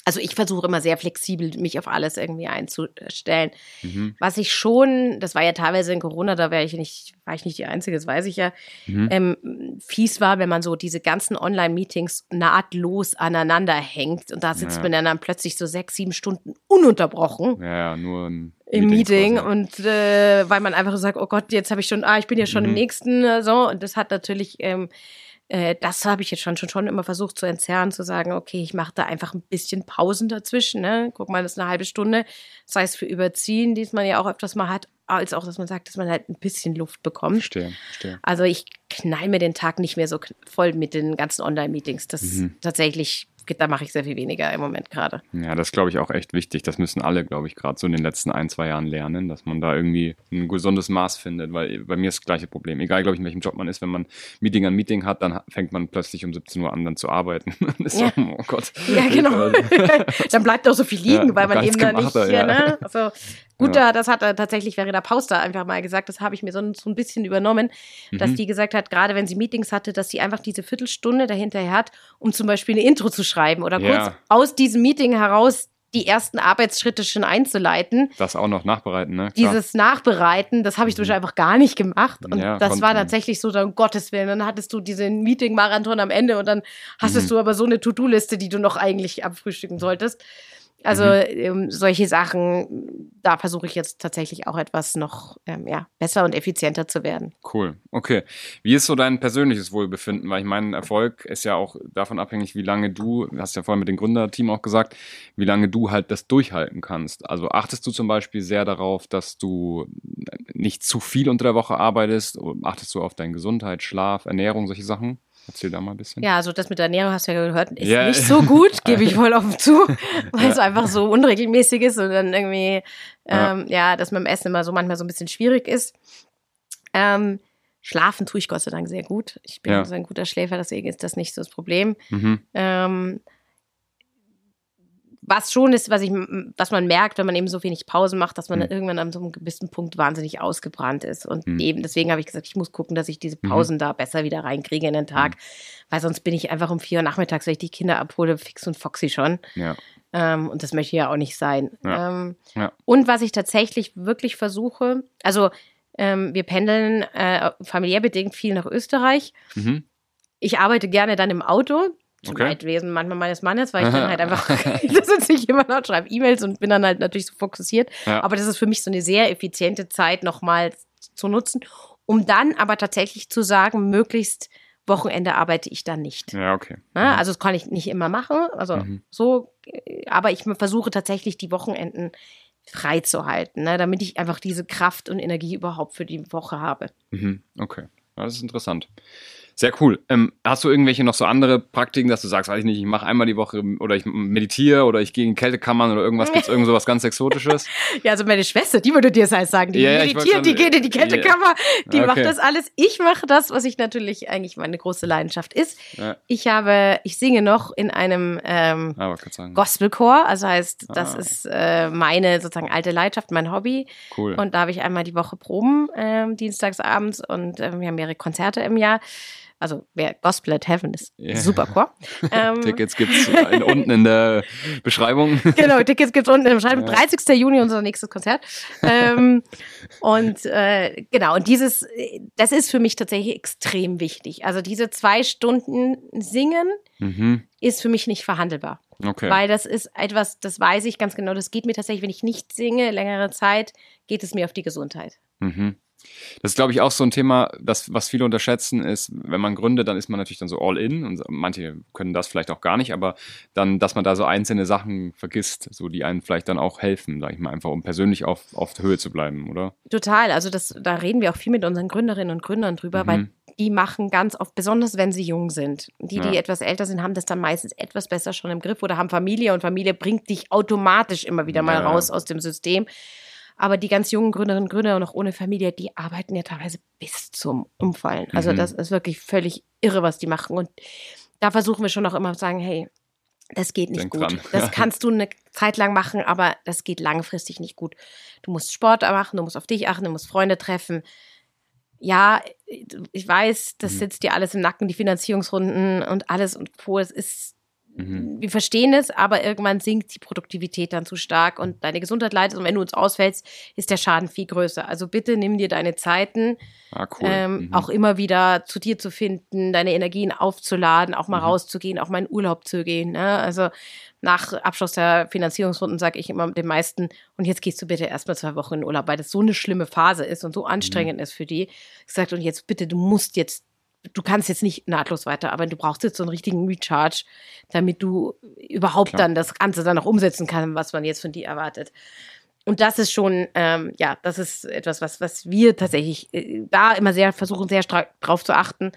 Also ich versuche immer sehr flexibel, mich auf alles irgendwie einzustellen. Mhm. Was ich schon, das war ja teilweise in Corona, da war ich nicht, war ich nicht die Einzige, das weiß ich ja, Mhm. ähm, fies war, wenn man so diese ganzen Online-Meetings nahtlos aneinander hängt und da sitzt Ja. man dann plötzlich so sechs, sieben Stunden ununterbrochen Ja, ja, nur ein im Meetings Meeting quasi. und äh, weil man einfach so sagt, oh Gott, jetzt habe ich schon, ah, ich bin ja schon Mhm. im nächsten, äh, so und das hat natürlich, ähm, äh, das habe ich jetzt schon, schon schon immer versucht zu entzerren, zu sagen, okay, ich mache da einfach ein bisschen Pausen dazwischen, ne? Guck mal, das ist eine halbe Stunde, sei es für Überziehen, die man ja auch öfters mal hat, als auch, dass man sagt, dass man halt ein bisschen Luft bekommt. Verstehe, verstehe. Also ich knall mir den Tag nicht mehr so kn- voll mit den ganzen Online-Meetings. Das Mhm. tatsächlich, da mache ich sehr viel weniger im Moment gerade. Ja, das ist, glaube ich, auch echt wichtig. Das müssen alle, glaube ich, gerade so in den letzten ein, zwei Jahren lernen, dass man da irgendwie ein gesundes Maß findet, weil bei mir ist das gleiche Problem. Egal, glaube ich, in welchem Job man ist, wenn man Meeting an Meeting hat, dann ha- fängt man plötzlich um siebzehn Uhr an, dann zu arbeiten. Das ist Ja. so, oh Gott. Ja, genau. Dann bleibt auch so viel liegen, Ja, weil man gar eben nichts da nicht gemacht hat, hier, ja. ne? Also gut, Ja. da, das hat er tatsächlich Verena Pauster einfach mal gesagt, das habe ich mir so, so ein bisschen übernommen, dass Mhm. die gesagt hat, gerade wenn sie Meetings hatte, dass sie einfach diese Viertelstunde dahinterher hat, um zum Beispiel eine Intro zu schreiben oder Ja. kurz aus diesem Meeting heraus die ersten Arbeitsschritte schon einzuleiten. Das auch noch nachbereiten, ne? Klar. Dieses Nachbereiten, das habe ich zum Beispiel einfach gar nicht gemacht. Und Ja, das konnte war man. tatsächlich so, um Gottes Willen. Dann hattest du diesen Meeting-Marathon am Ende und dann hattest Mhm. du aber so eine To-Do-Liste, die du noch eigentlich abfrühstücken solltest. Also Mhm. ähm, solche Sachen, da versuche ich jetzt tatsächlich auch etwas noch ähm, ja, besser und effizienter zu werden. Cool, okay. Wie ist so dein persönliches Wohlbefinden? Weil ich meine, Erfolg ist ja auch davon abhängig, wie lange du, du hast ja vorhin mit dem Gründerteam auch gesagt, wie lange du halt das durchhalten kannst. Also achtest du zum Beispiel sehr darauf, dass du nicht zu viel unter der Woche arbeitest? Oder achtest du auf deine Gesundheit, Schlaf, Ernährung, solche Sachen? Erzähl da mal ein bisschen. Ja, also das mit der Ernährung hast du ja gehört, ist Ja. nicht so gut, gebe ich voll offen zu, weil Ja. es einfach so unregelmäßig ist und dann irgendwie, Ja. ähm, ja, dass mit dem Essen immer so manchmal so ein bisschen schwierig ist. Ähm, schlafen tue ich Gott sei Dank sehr gut. Ich bin Ja. so ein guter Schläfer, deswegen ist das nicht so das Problem. Mhm. Ähm, was schon ist, was ich, was man merkt, wenn man eben so wenig Pausen macht, dass man Mhm. dann irgendwann an so einem gewissen Punkt wahnsinnig ausgebrannt ist. Und Mhm. eben deswegen habe ich gesagt, ich muss gucken, dass ich diese Mhm. Pausen da besser wieder reinkriege in den Tag. Weil sonst bin ich einfach um vier Uhr nachmittags, wenn ich die Kinder abhole, fix und foxy schon. Ja. Ähm, und das möchte ich ja auch nicht sein. Ja. Ähm, Ja. Und was ich tatsächlich wirklich versuche, also ähm, wir pendeln äh, familiär bedingt viel nach Österreich. Mhm. Ich arbeite gerne dann im Auto. Zum Okay. Leidwesen manchmal meines Mannes, weil ich dann halt einfach, da sitze ich immer noch, schreibe E-Mails und bin dann halt natürlich so fokussiert. Ja. Aber das ist für mich so eine sehr effiziente Zeit nochmal zu nutzen, um dann aber tatsächlich zu sagen, möglichst Wochenende arbeite ich dann nicht. Ja, okay. Ne? Also das kann ich nicht immer machen, also Mhm. so, äh, aber ich versuche tatsächlich die Wochenenden frei zu halten, ne? Damit ich einfach diese Kraft und Energie überhaupt für die Woche habe. Mhm. Okay. Ja, das ist interessant. Sehr cool. Ähm, hast du irgendwelche noch so andere Praktiken, dass du sagst, weiß ich nicht, ich mache einmal die Woche oder ich meditiere oder ich gehe in Kältekammern oder irgendwas, gibt es irgend sowas ganz Exotisches? Ja, also meine Schwester, die würde dir das halt sagen, die Ja, ja, ich meditiert, wollte die schon- geht in die Kältekammer, die Okay. macht das alles. Ich mache das, was ich natürlich eigentlich meine große Leidenschaft ist. Ja, Ich habe, ich singe noch in einem ähm, aber kann sagen. Gospelchor, also heißt, das Ah. ist äh, meine sozusagen alte Leidenschaft, mein Hobby. Cool. Und da habe ich einmal die Woche Proben, ähm, dienstags abends und ähm, wir haben mehrere Konzerte im Jahr. Also wer Gospel at Heaven ist, Ja. super Chor. Ähm, Tickets gibt's in, unten in der Beschreibung. Genau, Tickets gibt's unten im Schreiben. Ja. dreißigsten Juni unser nächstes Konzert. ähm, und äh, genau, und dieses, das ist für mich tatsächlich extrem wichtig. Also diese zwei Stunden Singen Mhm. ist für mich nicht verhandelbar. Okay. Weil das ist etwas, das weiß ich ganz genau, das geht mir tatsächlich, wenn ich nicht singe, längere Zeit, geht es mir auf die Gesundheit. Mhm. Das ist, glaube ich, auch so ein Thema, das, was viele unterschätzen, ist, wenn man gründet, dann ist man natürlich dann so all in und manche können das vielleicht auch gar nicht, aber dann, dass man da so einzelne Sachen vergisst, so die einem vielleicht dann auch helfen, sag ich mal, einfach um persönlich auf, auf der Höhe zu bleiben, oder? Total, also das, da reden wir auch viel mit unseren Gründerinnen und Gründern drüber, Mhm. weil die machen ganz oft, besonders wenn sie jung sind. Die, die Ja. etwas älter sind, haben das dann meistens etwas besser schon im Griff oder haben Familie und Familie bringt dich automatisch immer wieder mal Ja. raus aus dem System. Aber die ganz jungen Gründerinnen und Gründer, noch ohne Familie, die arbeiten ja teilweise bis zum Umfallen. Also Mhm. das ist wirklich völlig irre, was die machen. Und da versuchen wir schon auch immer zu sagen, hey, das geht nicht Denk gut. dran. Das kannst du eine Zeit lang machen, aber das geht langfristig nicht gut. Du musst Sport machen, du musst auf dich achten, du musst Freunde treffen. Ja, ich weiß, das Mhm. sitzt dir alles im Nacken, die Finanzierungsrunden und alles und Co. Es ist mhm. wir verstehen es, aber irgendwann sinkt die Produktivität dann zu stark und deine Gesundheit leidet und wenn du uns ausfällst, ist der Schaden viel größer. Also bitte nimm dir deine Zeiten, ah, cool. ähm, mhm. auch immer wieder zu dir zu finden, deine Energien aufzuladen, auch mal Mhm. rauszugehen, auch mal in Urlaub zu gehen. Ne? Also nach Abschluss der Finanzierungsrunden sage ich immer den meisten, und jetzt gehst du bitte erstmal zwei Wochen in Urlaub, weil das so eine schlimme Phase ist und so anstrengend mhm. ist für die. Ich sage, und jetzt bitte, du musst jetzt, du kannst jetzt nicht nahtlos weiterarbeiten, du brauchst jetzt so einen richtigen Recharge, damit du überhaupt Klar. dann das Ganze dann auch umsetzen kannst, was man jetzt von dir erwartet. Und das ist schon, ähm, ja, das ist etwas, was, was wir tatsächlich äh, da immer sehr versuchen, sehr stark drauf zu achten,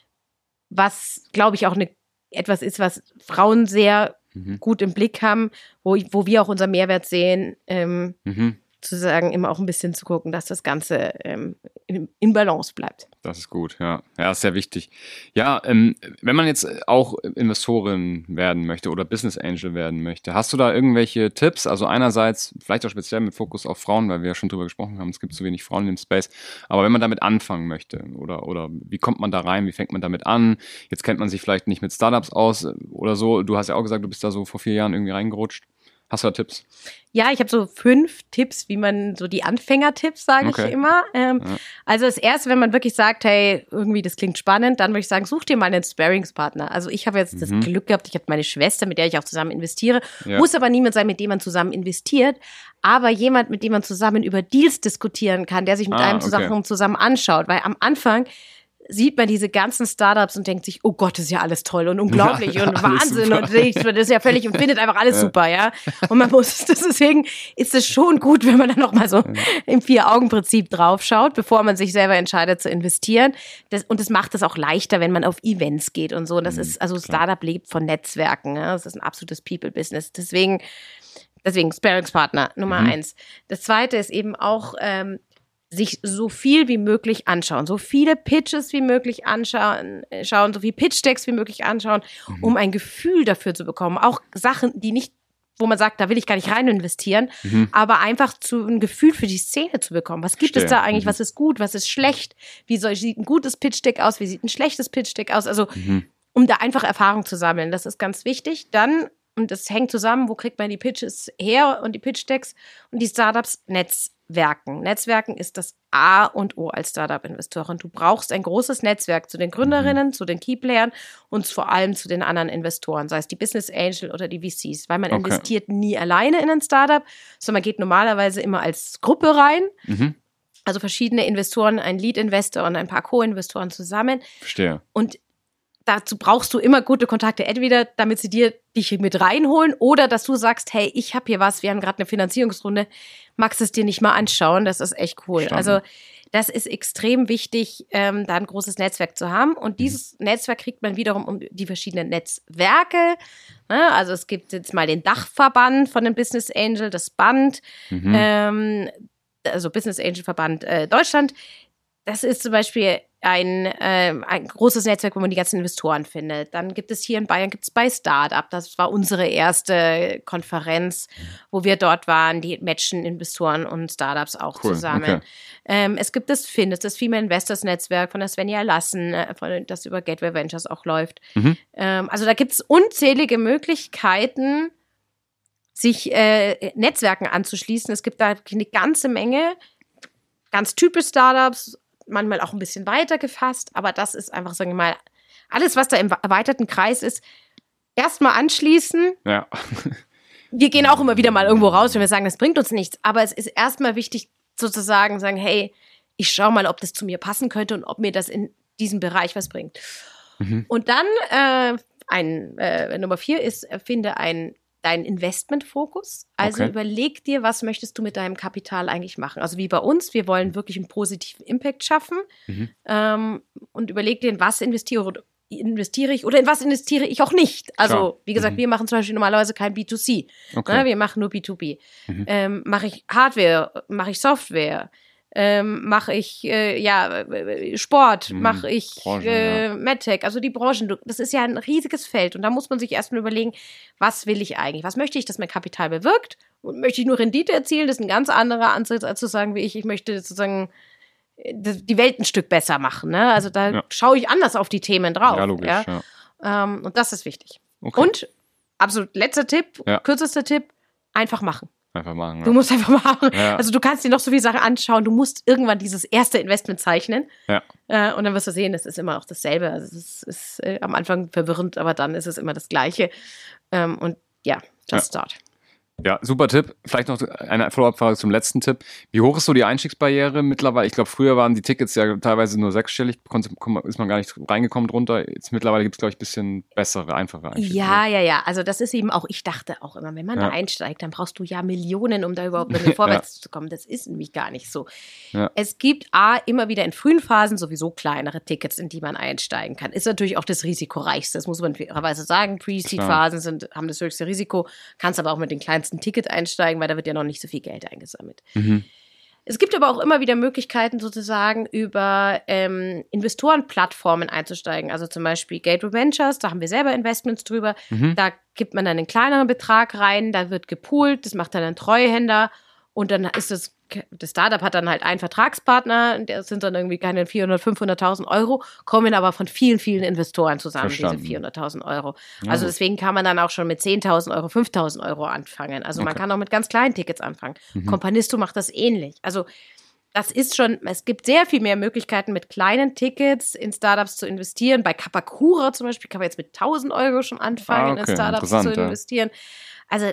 was, glaube ich, auch eine, etwas ist, was Frauen sehr Mhm. gut im Blick haben, wo, wo wir auch unseren Mehrwert sehen, ähm, mhm. zu sagen, immer auch ein bisschen zu gucken, dass das Ganze ähm, in, in Balance bleibt. Das ist gut, ja. Ja, ist sehr wichtig. Ja, ähm, wenn man jetzt auch Investorin werden möchte oder Business Angel werden möchte, hast du da irgendwelche Tipps? Also einerseits, vielleicht auch speziell mit Fokus auf Frauen, weil wir ja schon drüber gesprochen haben, es gibt zu wenig Frauen im Space. Aber wenn man damit anfangen möchte oder, oder wie kommt man da rein, wie fängt man damit an? Jetzt kennt man sich vielleicht nicht mit Startups aus oder so. Du hast ja auch gesagt, du bist da so vor vier Jahren irgendwie reingerutscht. Hast du da Tipps? Ja, ich habe so fünf Tipps, wie man so die Anfängertipps, sage okay. ich immer. Ähm, ja. Also das Erste, wenn man wirklich sagt, hey, irgendwie das klingt spannend, dann würde ich sagen, such dir mal einen Sparringspartner. Also ich habe jetzt mhm. das Glück gehabt, ich habe meine Schwester, mit der ich auch zusammen investiere, ja. muss aber niemand sein, mit dem man zusammen investiert, aber jemand, mit dem man zusammen über Deals diskutieren kann, der sich mit ah, einem zusammen, okay. zusammen anschaut, weil am Anfang sieht man diese ganzen Startups und denkt sich, oh Gott, das ist ja alles toll und unglaublich ja, und Wahnsinn super. Und ich, das ist ja völlig und findet einfach alles ja. super, ja. Und man muss, deswegen ist es schon gut, wenn man dann noch mal so ja. im Vier-Augen-Prinzip draufschaut, bevor man sich selber entscheidet zu investieren. Das, und das macht es auch leichter, wenn man auf Events geht und so. Und das mhm, ist, also Startup lebt von Netzwerken, ja. Das ist ein absolutes People-Business. Deswegen, deswegen Sparringspartner Nummer mhm. eins. Das Zweite ist eben auch, ähm, sich so viel wie möglich anschauen, so viele Pitches wie möglich anschauen, schauen, so viele Pitch-Decks wie möglich anschauen, mhm. um ein Gefühl dafür zu bekommen. Auch Sachen, die nicht, wo man sagt, da will ich gar nicht rein investieren, mhm. aber einfach zu ein Gefühl für die Szene zu bekommen. Was gibt Verstehe. es da eigentlich? Mhm. Was ist gut? Was ist schlecht? Wie soll, sieht ein gutes Pitch-Deck aus? Wie sieht ein schlechtes Pitch-Deck aus? Also, mhm. um da einfach Erfahrung zu sammeln. Das ist ganz wichtig. Dann, und das hängt zusammen, wo kriegt man die Pitches her und die Pitch-Decks und die Startups? Netzwerken. Netzwerken ist das A und O als Startup-Investorin. Du brauchst ein großes Netzwerk zu den Gründerinnen, mhm. zu den Key-Playern und vor allem zu den anderen Investoren, sei es die Business Angel oder die V Cs, weil man okay. investiert nie alleine in ein Startup, sondern man geht normalerweise immer als Gruppe rein. Mhm. Also verschiedene Investoren, ein Lead-Investor und ein paar Co-Investoren zusammen. Verstehe. Und dazu brauchst du immer gute Kontakte, entweder damit sie dir dich mit reinholen oder dass du sagst, hey, ich habe hier was, wir haben gerade eine Finanzierungsrunde, magst du es dir nicht mal anschauen? Das ist echt cool. Verstanden. Also das ist extrem wichtig, ähm, da ein großes Netzwerk zu haben. Und dieses mhm. Netzwerk kriegt man wiederum um die verschiedenen Netzwerke. Ne? Also es gibt jetzt mal den Dachverband von den Business Angel, das Band, mhm. ähm, also Business Angel Verband äh, Deutschland. Das ist zum Beispiel ein, äh, ein großes Netzwerk, wo man die ganzen Investoren findet. Dann gibt es hier in Bayern, gibt es bei Startup, das war unsere erste Konferenz, wo wir dort waren, die matchen Investoren und Startups auch cool, zusammen. Okay. Ähm, es gibt das F I N, das Female Investors Netzwerk von der Svenja Lassen, äh, von, das über Gateway Ventures auch läuft. Mhm. Ähm, also da gibt es unzählige Möglichkeiten, sich äh, Netzwerken anzuschließen. Es gibt da eine ganze Menge, ganz typisch Startups, manchmal auch ein bisschen weiter gefasst, aber das ist einfach, sagen wir mal, alles, was da im erweiterten Kreis ist, erstmal anschließen. Ja. Wir gehen auch immer wieder mal irgendwo raus, wenn wir sagen, das bringt uns nichts, aber es ist erstmal wichtig, sozusagen sagen, hey, ich schau mal, ob das zu mir passen könnte und ob mir das in diesem Bereich was bringt. Mhm. Und dann äh, ein äh, Nummer vier ist, finde ein dein Investmentfokus. Also okay. überleg dir, was möchtest du mit deinem Kapital eigentlich machen? Also wie bei uns, wir wollen wirklich einen positiven Impact schaffen mhm. ähm, und überleg dir, in was investiere, investiere ich oder in was investiere ich auch nicht. Also Klar. wie gesagt, mhm. wir machen zum Beispiel normalerweise kein B zwei C. Okay. Ne? Wir machen nur B zwei B. Mhm. Ähm, mache ich Hardware, mache ich Software, ähm, mache ich äh, ja Sport, mhm. mache ich Branche, äh, ja. MedTech, also die Branchen, das ist ja ein riesiges Feld und da muss man sich erstmal überlegen, was will ich eigentlich, was möchte ich, dass mein Kapital bewirkt und möchte ich nur Rendite erzielen, das ist ein ganz anderer Ansatz, als zu sagen, wie ich, ich möchte sozusagen die Welt ein Stück besser machen, ne? Also da ja. schaue ich anders auf die Themen drauf. Ja, logisch, ja? ja. Ähm, und das ist wichtig. Okay. Und absolut letzter Tipp, ja. kürzester Tipp, einfach machen. Einfach machen. Ja. Du musst einfach machen. Ja. Also du kannst dir noch so viele Sachen anschauen. Du musst irgendwann dieses erste Investment zeichnen. Ja. Äh, und dann wirst du sehen, es ist immer auch dasselbe. Also es ist, ist äh, am Anfang verwirrend, aber dann ist es immer das Gleiche. Ähm, und ja, just ja. start. Ja, super Tipp. Vielleicht noch eine Follow-up-Frage zum letzten Tipp. Wie hoch ist so die Einstiegsbarriere mittlerweile? Ich glaube, früher waren die Tickets ja teilweise nur sechsstellig, ist man gar nicht reingekommen drunter. Jetzt mittlerweile gibt es, glaube ich, ein bisschen bessere, einfache Einstiege. Ja, ja, ja. Also das ist eben auch, ich dachte auch immer, wenn man ja. da einsteigt, dann brauchst du ja Millionen, um da überhaupt irgendwie vorwärts ja. zu kommen. Das ist nämlich gar nicht so. Ja. Es gibt A, immer wieder in frühen Phasen sowieso kleinere Tickets, in die man einsteigen kann. Ist natürlich auch das risikoreichste, das muss man fairerweise sagen. Pre-Seed-Phasen sind, haben das höchste Risiko, kannst aber auch mit den kleinsten ein Ticket einsteigen, weil da wird ja noch nicht so viel Geld eingesammelt. Mhm. Es gibt aber auch immer wieder Möglichkeiten, sozusagen über ähm, Investorenplattformen einzusteigen. Also zum Beispiel Gateway Ventures, da haben wir selber Investments drüber. Mhm. Da gibt man dann einen kleineren Betrag rein, da wird gepoolt, das macht dann ein Treuhänder und dann ist das, das Startup hat dann halt einen Vertragspartner, das sind dann irgendwie keine vierhundert, fünfhunderttausend Euro, kommen aber von vielen, vielen Investoren zusammen, Verstanden. Diese vierhunderttausend Euro. Ja, also deswegen kann man dann auch schon mit zehntausend Euro, fünftausend Euro anfangen. Also okay. man kann auch mit ganz kleinen Tickets anfangen. Mhm. Companisto macht das ähnlich. Also das ist schon, es gibt sehr viel mehr Möglichkeiten, mit kleinen Tickets in Startups zu investieren. Bei Kapakura zum Beispiel kann man jetzt mit tausend Euro schon anfangen, ah, okay. in Startups zu investieren. Ja. Also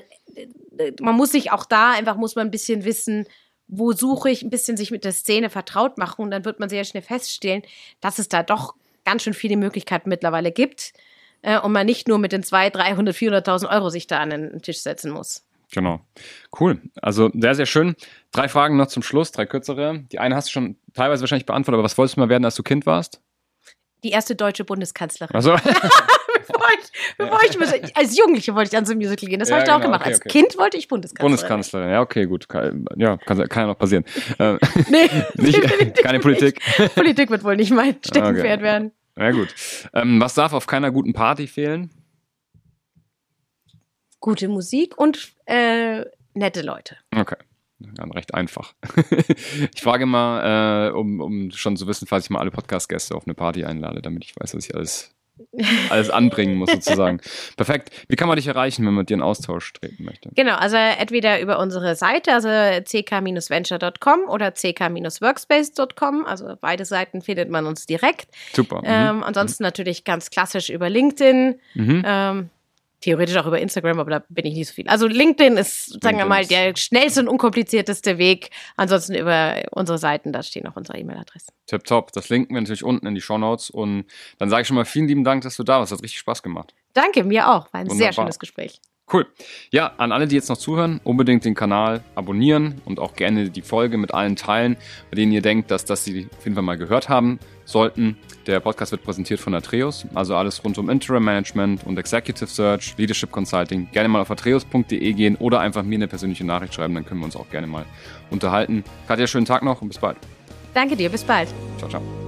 man muss sich auch da einfach, muss man ein bisschen wissen, wo suche ich, ein bisschen sich mit der Szene vertraut machen und dann wird man sehr schnell feststellen, dass es da doch ganz schön viele Möglichkeiten mittlerweile gibt äh, und man nicht nur mit den zweihundert, dreihundert, vierhunderttausend Euro sich da an den Tisch setzen muss. Genau. Cool. Also sehr, sehr schön. Drei Fragen noch zum Schluss, drei kürzere. Die eine hast du schon teilweise wahrscheinlich beantwortet, aber was wolltest du mal werden, als du Kind warst? Die erste deutsche Bundeskanzlerin. Ach so. bevor ich, bevor ich, als Jugendliche wollte ich ans Musical gehen. Das ja, habe ich genau, auch gemacht. Okay, als okay. Kind wollte ich Bundeskanzlerin. Bundeskanzlerin, ja, okay, gut. Ja, kann, kann ja noch passieren. nee, nicht, keine Politik. Politik wird wohl nicht mein Steckenpferd okay. werden. Ja, gut. Ähm, was darf auf keiner guten Party fehlen? Gute Musik und äh, nette Leute. Okay. Ja, recht einfach. Ich frage mal, äh, um, um schon zu wissen, falls ich mal alle Podcast-Gäste auf eine Party einlade, damit ich weiß, was ich alles, alles anbringen muss sozusagen. Perfekt. Wie kann man dich erreichen, wenn man mit dir in Austausch treten möchte? Genau, also entweder über unsere Seite, also c k venture dot com oder c k workspace dot com. Also beide Seiten findet man uns direkt. Super. Ähm, mhm. Ansonsten mhm. natürlich ganz klassisch über LinkedIn. Mhm. Ähm, Theoretisch auch über Instagram, aber da bin ich nicht so viel. Also LinkedIn ist, sagen wir mal, der schnellste und unkomplizierteste Weg. Ansonsten über unsere Seiten, da stehen auch unsere E-Mail-Adressen. Tipptopp, das linken wir natürlich unten in die Shownotes. Und dann sage ich schon mal vielen lieben Dank, dass du da warst. Hat richtig Spaß gemacht. Danke, mir auch. War ein Wunderbar. Sehr schönes Gespräch. Cool. Ja, an alle, die jetzt noch zuhören, unbedingt den Kanal abonnieren und auch gerne die Folge mit allen teilen, bei denen ihr denkt, dass das sie auf jeden Fall mal gehört haben sollten. Der Podcast wird präsentiert von Atreus, also alles rund um Interim Management und Executive Search, Leadership Consulting. Gerne mal auf atreus punkt de gehen oder einfach mir eine persönliche Nachricht schreiben, dann können wir uns auch gerne mal unterhalten. Katja, schönen Tag noch und bis bald. Danke dir, bis bald. Ciao, ciao.